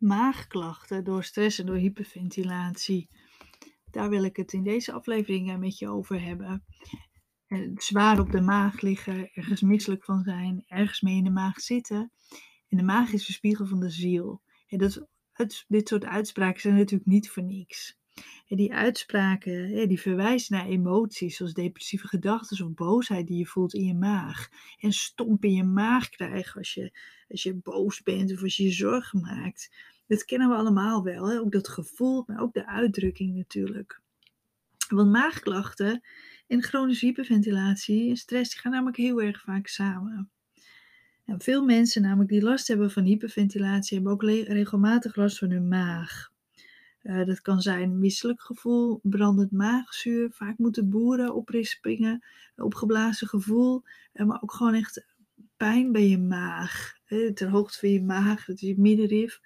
Maagklachten door stress en door hyperventilatie. Daar wil ik het in deze aflevering met je over hebben. Zwaar op de maag liggen, ergens misselijk van zijn, ergens mee in de maag zitten. En de maag is de spiegel van de ziel. Dit soort uitspraken zijn natuurlijk niet voor niks. En die uitspraken die verwijzen naar emoties zoals depressieve gedachten of boosheid die je voelt in je maag. En stomp in je maag krijgen als je boos bent of als je je zorgen maakt. Dat kennen we allemaal wel, hè? Ook dat gevoel, maar ook de uitdrukking natuurlijk. Want maagklachten en chronische hyperventilatie en stress die gaan namelijk heel erg vaak samen. En veel mensen namelijk die last hebben van hyperventilatie hebben ook regelmatig last van hun maag. Dat kan zijn misselijk gevoel, brandend maagzuur, vaak moeten boeren oprispingen, opgeblazen gevoel, maar ook gewoon echt pijn bij je maag, ter hoogte van je maag, dat is je middenrif.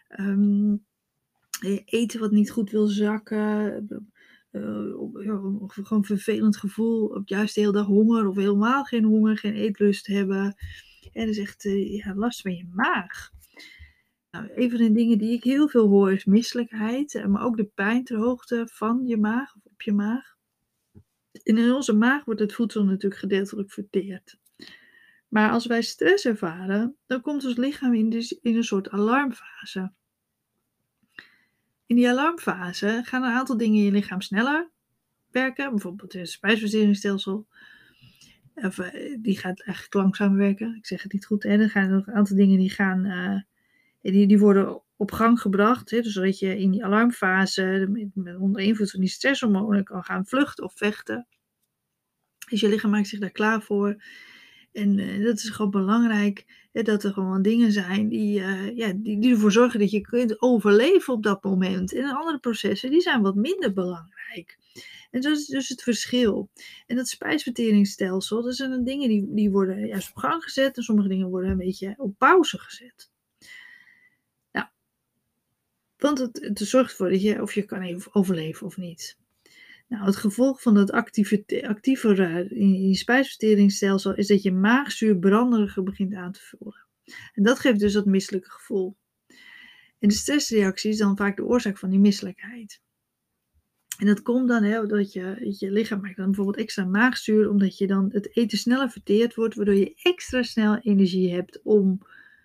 Eten wat niet goed wil zakken, of gewoon vervelend gevoel, of juist de hele dag honger of helemaal geen honger, geen eetlust hebben. En dus echt last van je maag. Nou, een van de dingen die ik heel veel hoor is misselijkheid, maar ook de pijn ter hoogte van je maag of op je maag. En in onze maag wordt het voedsel natuurlijk gedeeltelijk verteerd. Maar als wij stress ervaren, dan komt ons lichaam in een soort alarmfase. In die alarmfase gaan een aantal dingen in je lichaam sneller werken, bijvoorbeeld het spijsverteringsstelsel. Die gaat eigenlijk langzamer werken. Ik zeg het niet goed. En dan gaan er nog een aantal dingen die worden op gang gebracht. Hè, dus zodat je in die alarmfase onder invloed van die stresshormonen kan gaan vluchten of vechten. Dus je lichaam maakt zich daar klaar voor. En dat is gewoon belangrijk, dat er gewoon dingen zijn die ervoor zorgen dat je kunt overleven op dat moment. En andere processen die zijn wat minder belangrijk. En dat is dus het verschil. En dat spijsverteringsstelsel, dat zijn dan dingen die worden juist op gang gezet en sommige dingen worden een beetje op pauze gezet. Nou, want het zorgt ervoor dat je of je kan even overleven of niet. Nou, het gevolg van dat actievere in je spijsverteringsstelsel is dat je maagzuur branderiger begint aan te voelen. En dat geeft dus dat misselijke gevoel. En de stressreactie is dan vaak de oorzaak van die misselijkheid. En dat komt dan dat je lichaam maakt dan bijvoorbeeld extra maagzuur, omdat je dan het eten sneller verteerd wordt, waardoor je extra snel energie hebt om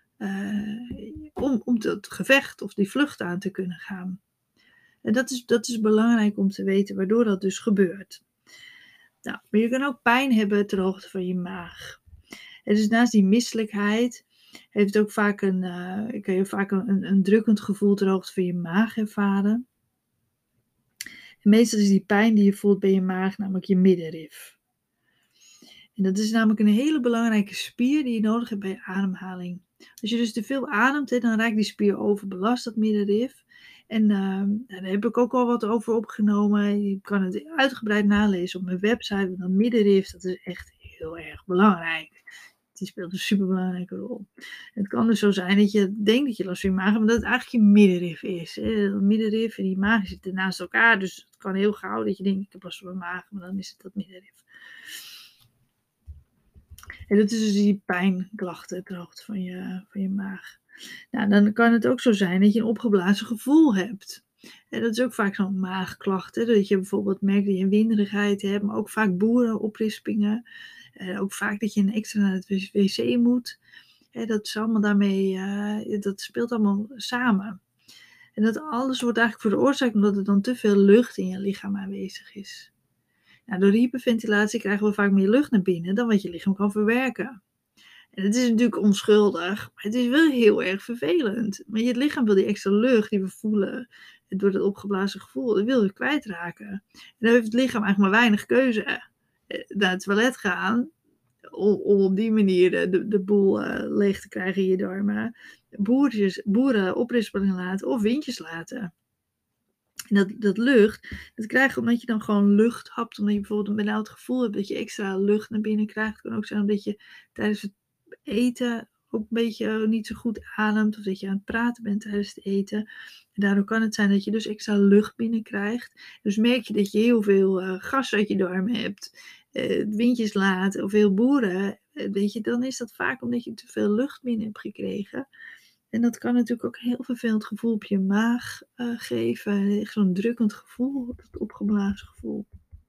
het gevecht of die vlucht aan te kunnen gaan. En dat is belangrijk om te weten waardoor dat dus gebeurt. Nou, maar je kan ook pijn hebben ter hoogte van je maag. En dus naast die misselijkheid heeft het ook vaak kan je vaak een drukkend gevoel ter hoogte van je maag ervaren. En meestal is die pijn die je voelt bij je maag namelijk je middenrif. En dat is namelijk een hele belangrijke spier die je nodig hebt bij je ademhaling. Als je dus te veel ademt, dan raakt die spier overbelast, dat middenrif. En daar heb ik ook al wat over opgenomen. Je kan het uitgebreid nalezen op mijn website. Want dat middenrif, dat is echt heel erg belangrijk. Die speelt een superbelangrijke rol. Het kan dus zo zijn dat je denkt dat je last van je maag hebt, maar dat het eigenlijk je middenrif is. Hè. Dat middenrif en die maag zitten naast elkaar. Dus het kan heel gauw dat je denkt, ik heb last van mijn maag, maar dan is het dat middenrif. En dat is dus die pijnklachten ter hoogte van je maag. Nou, dan kan het ook zo zijn dat je een opgeblazen gevoel hebt. En dat is ook vaak zo'n maagklacht. Hè? Dat je bijvoorbeeld merkt dat je een winderigheid hebt, maar ook vaak boerenoprispingen. Ook vaak dat je extra naar het wc moet. Dat is allemaal daarmee, dat speelt allemaal samen. En dat alles wordt eigenlijk veroorzaakt omdat er dan te veel lucht in je lichaam aanwezig is. Nou, door de hyperventilatie krijgen we vaak meer lucht naar binnen dan wat je lichaam kan verwerken. En het is natuurlijk onschuldig, maar het is wel heel erg vervelend. Maar je lichaam wil die extra lucht die we voelen door dat opgeblazen gevoel, dat wil je kwijtraken. En dan heeft het lichaam eigenlijk maar weinig keuze. Naar het toilet gaan, om op die manier de boel leeg te krijgen in je darmen. Boeren oprispingen laten of windjes laten. En dat lucht, dat krijg je omdat je dan gewoon lucht hapt. Omdat je bijvoorbeeld een benauwd gevoel hebt dat je extra lucht naar binnen krijgt. Het kan ook zijn omdat je tijdens het eten ook een beetje niet zo goed ademt. Of dat je aan het praten bent tijdens het eten. En daardoor kan het zijn dat je dus extra lucht binnenkrijgt. Dus merk je dat je heel veel gas uit je darmen hebt. Windjes laat of veel boeren. Dan is dat vaak omdat je te veel lucht binnen hebt gekregen. En dat kan natuurlijk ook een heel vervelend gevoel op je maag, geven. Echt zo'n drukkend gevoel, dat opgeblazen gevoel.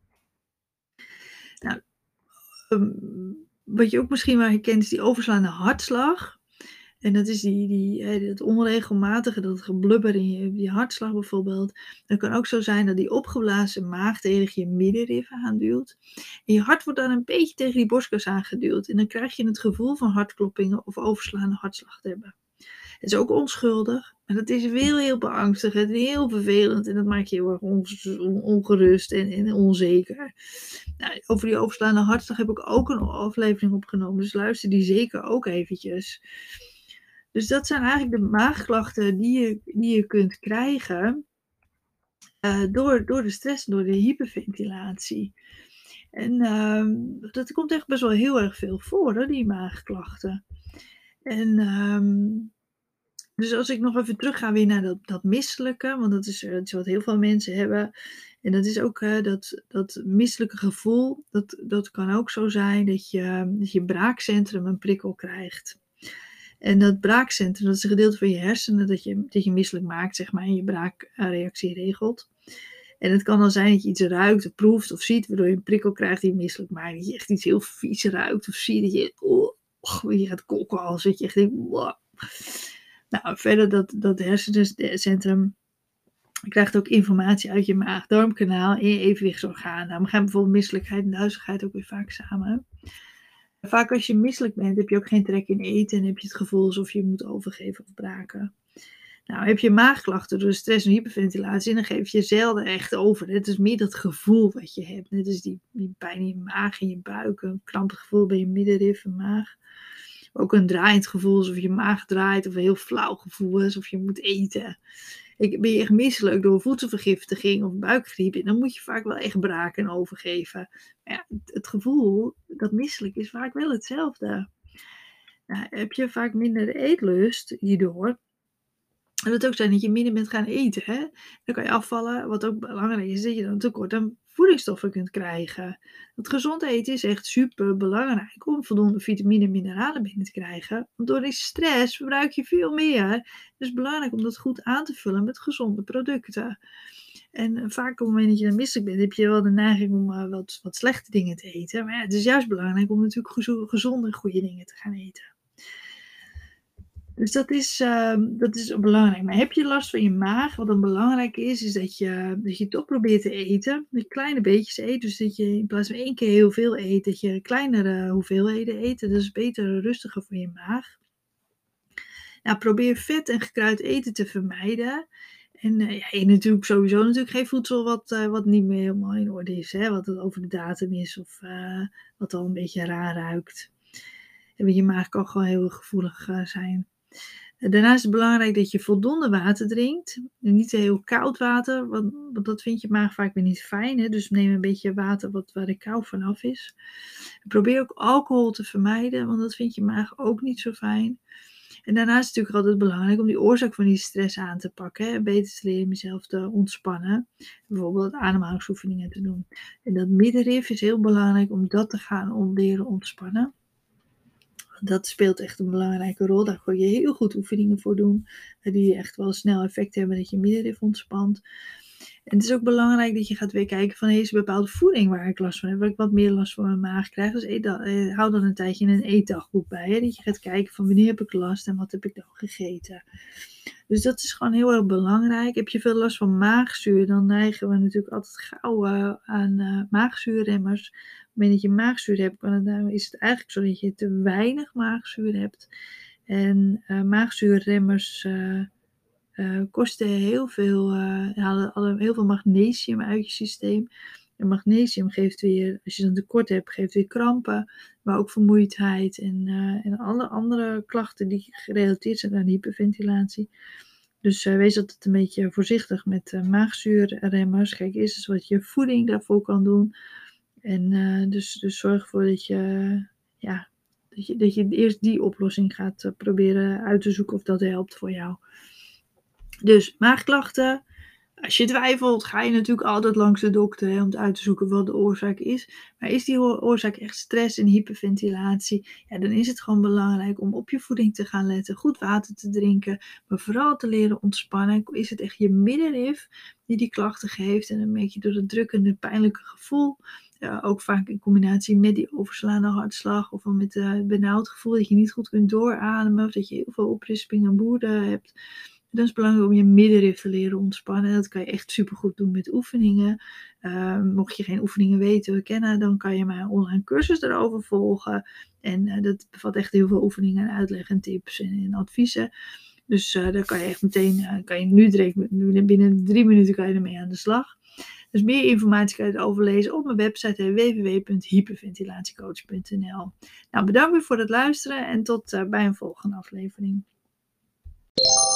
Nou, Ehm, wat je ook misschien wel herkent is die overslaande hartslag. En dat is dat onregelmatige, dat geblubber in je hartslag bijvoorbeeld. Het kan ook zo zijn dat die opgeblazen maag tegen je middenrif aanduwt. En je hart wordt dan een beetje tegen die borstkas aangeduwd. En dan krijg je het gevoel van hartkloppingen of overslaande hartslag te hebben. Het is ook onschuldig, maar dat is heel, heel beangstigend en heel vervelend. En dat maakt je heel erg ongerust en onzeker. Nou, over die overslaande hartslag heb ik ook een aflevering opgenomen, dus luister die zeker ook eventjes. Dus dat zijn eigenlijk de maagklachten die je kunt krijgen door de stress, door de hyperventilatie. En dat komt echt best wel heel erg veel voor, hè, die maagklachten. En dus als ik nog even terugga weer naar dat misselijke, want dat is wat heel veel mensen hebben. En dat is ook dat misselijke gevoel, dat kan ook zo zijn dat je braakcentrum een prikkel krijgt. En dat braakcentrum, dat is een gedeelte van je hersenen dat je misselijk maakt, zeg maar, en je braakreactie regelt. En het kan dan zijn dat je iets ruikt of proeft of ziet, waardoor je een prikkel krijgt die je misselijk maakt. Dat je echt iets heel vies ruikt of ziet, dat je gaat kokken als dat je echt denkt, wow. Nou, verder dat hersencentrum krijgt ook informatie uit je maag-darmkanaal en je evenwichtsorgaan. Nou, gaan bijvoorbeeld misselijkheid en duizeligheid ook weer vaak samen. Vaak als je misselijk bent, heb je ook geen trek in eten en heb je het gevoel alsof je moet overgeven of braken. Nou, heb je maagklachten door stress en hyperventilatie, dan geef je zelden echt over. Het is meer dat gevoel wat je hebt. Net als die pijn in je maag, in je buik, een krampig gevoel bij je middenrif en maag. Ook een draaiend gevoel, alsof je maag draait, of een heel flauw gevoel, alsof je moet eten. Ben je echt misselijk door voedselvergiftiging of buikgriep, dan moet je vaak wel echt braken en overgeven. Maar ja, het gevoel dat misselijk is vaak wel hetzelfde. Nou, heb je vaak minder eetlust hierdoor, kan het ook zijn dat je minder bent gaan eten, hè? Dan kan je afvallen. Wat ook belangrijk is, dat je dan een tekort aan voedingsstoffen kunt krijgen. Want gezond eten is echt super belangrijk om voldoende vitamine en mineralen binnen te krijgen. Want door die stress verbruik je veel meer. Het is belangrijk om dat goed aan te vullen met gezonde producten. En vaak op het moment dat je dan misselijk bent, heb je wel de neiging om wat slechte dingen te eten. Maar ja, het is juist belangrijk om natuurlijk gezonde en goede dingen te gaan eten. Dus dat is belangrijk. Maar heb je last van je maag, wat dan belangrijk is dat je toch probeert te eten. Dat je kleine beetjes eet. Dus dat je in plaats van 1 keer heel veel eet, dat je kleinere hoeveelheden eet. Dat is beter rustiger voor je maag. Nou, probeer vet en gekruid eten te vermijden. En ja, eet natuurlijk sowieso geen voedsel wat niet meer helemaal in orde is. Hè? Wat over de datum is of wat al een beetje raar ruikt. En je maag kan gewoon heel gevoelig zijn. Daarnaast is het belangrijk dat je voldoende water drinkt. En niet te heel koud water, want dat vindt je maag vaak weer niet fijn. Hè? Dus neem een beetje water waar de kou vanaf is. En probeer ook alcohol te vermijden, want dat vindt je maag ook niet zo fijn. En daarnaast is het natuurlijk altijd belangrijk om die oorzaak van die stress aan te pakken. Hè? Beter te leren jezelf te ontspannen. Bijvoorbeeld ademhalingsoefeningen te doen. En dat middenrif is heel belangrijk om dat te gaan leren ontspannen. Dat speelt echt een belangrijke rol. Daar kun je heel goed oefeningen voor doen. Die echt wel snel effect hebben dat je middenrif ontspant. En het is ook belangrijk dat je gaat weer kijken van, is er bepaalde voeding waar ik last van heb, waar ik wat meer last van mijn maag krijg. Dus hou dan een tijdje een eetdagboek bij. Hè, dat je gaat kijken van wanneer heb ik last en wat heb ik dan gegeten. Dus dat is gewoon heel erg belangrijk. Heb je veel last van maagzuur, dan neigen we natuurlijk altijd gauw aan maagzuurremmers. Op het moment dat je maagzuur hebt, is het eigenlijk zo dat je te weinig maagzuur hebt. En maagzuurremmers kosten heel veel, halen heel veel magnesium uit je systeem. En magnesium geeft weer, als je een tekort hebt, geeft weer krampen, maar ook vermoeidheid en alle andere klachten die gerelateerd zijn aan hyperventilatie. Dus wees altijd een beetje voorzichtig met maagzuurremmers. Kijk eerst eens wat je voeding daarvoor kan doen. En dus zorg ervoor dat je eerst die oplossing gaat proberen uit te zoeken of dat helpt voor jou. Dus maagklachten, Als je twijfelt, ga je natuurlijk altijd langs de dokter, hè, om uit te zoeken wat de oorzaak is. Maar is die oorzaak echt stress en hyperventilatie, ja, dan is het gewoon belangrijk om op je voeding te gaan letten, goed water te drinken, maar vooral te leren ontspannen. Is het echt je middenrif die die klachten geeft en dan merk je door het drukkende, pijnlijke gevoel, ook vaak in combinatie met die overslaande hartslag of met benauwd gevoel dat je niet goed kunt doorademen of dat je heel veel oprisping en woede hebt. Dan is het belangrijk om je middenrif te leren ontspannen. Dat kan je echt supergoed doen met oefeningen. Mocht je geen oefeningen weten, kennen, dan kan je mijn online cursus erover volgen. En dat bevat echt heel veel oefeningen en uitleg en tips en adviezen. Dus daar kan je echt meteen, kan je nu direct, binnen 3 minuten kan je ermee aan de slag. Dus meer informatie kan je erover lezen op mijn website www.hyperventilatiecoach.nl. Nou, bedankt weer voor het luisteren en tot bij een volgende aflevering.